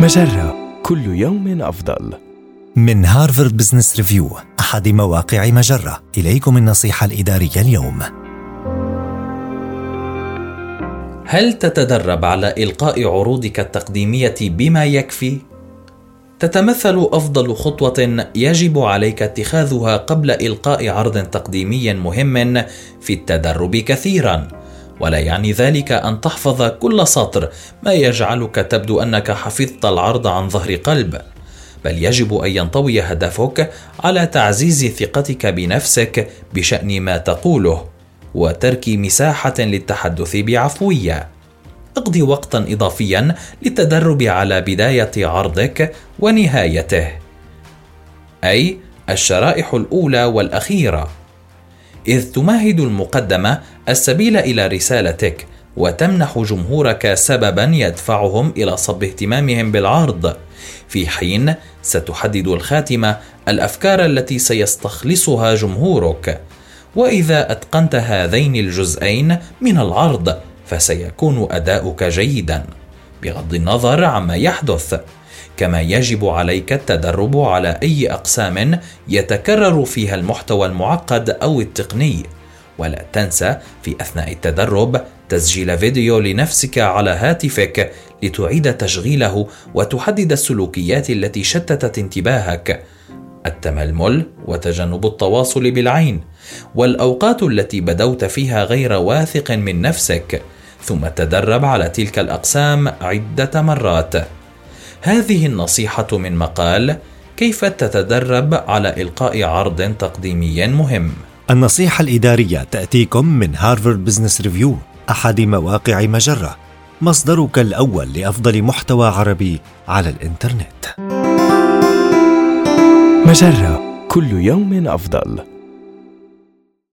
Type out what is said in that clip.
مجرة، كل يوم أفضل. من هارفارد بزنس ريفيو، أحد مواقع مجرة، إليكم النصيحة الإدارية اليوم. هل تتدرب على إلقاء عروضك التقديمية بما يكفي؟ تتمثل أفضل خطوة يجب عليك اتخاذها قبل إلقاء عرض تقديمي مهم في التدرب كثيرا، ولا يعني ذلك أن تحفظ كل سطر ما يجعلك تبدو أنك حفظت العرض عن ظهر قلب، بل يجب أن ينطوي هدفك على تعزيز ثقتك بنفسك بشأن ما تقوله وترك مساحة للتحدث بعفوية. اقضي وقتا إضافيا للتدرب على بداية عرضك ونهايته، أي الشرائح الأولى والأخيرة، إذ تمهد المقدمة السبيل إلى رسالتك وتمنح جمهورك سببا يدفعهم إلى صب اهتمامهم بالعرض، في حين ستحدد الخاتمة الأفكار التي سيستخلصها جمهورك. وإذا أتقنت هذين الجزئين من العرض فسيكون أداؤك جيدا بغض النظر عما يحدث. كما يجب عليك التدرب على أي أقسام يتكرر فيها المحتوى المعقد أو التقني، ولا تنسى في أثناء التدرب تسجيل فيديو لنفسك على هاتفك لتعيد تشغيله وتحدد السلوكيات التي شتتت انتباهك، التململ وتجنب التواصل بالعين، والأوقات التي بدوت فيها غير واثق من نفسك، ثم تدرب على تلك الأقسام عدة مرات. هذه النصيحة من مقال كيف تتدرب على إلقاء عرض تقديمي مهم. النصيحة الإدارية تأتيكم من هارفارد بزنس ريفيو، أحد مواقع مجرة، مصدرك الأول لأفضل محتوى عربي على الإنترنت. مجرة، كل يوم أفضل.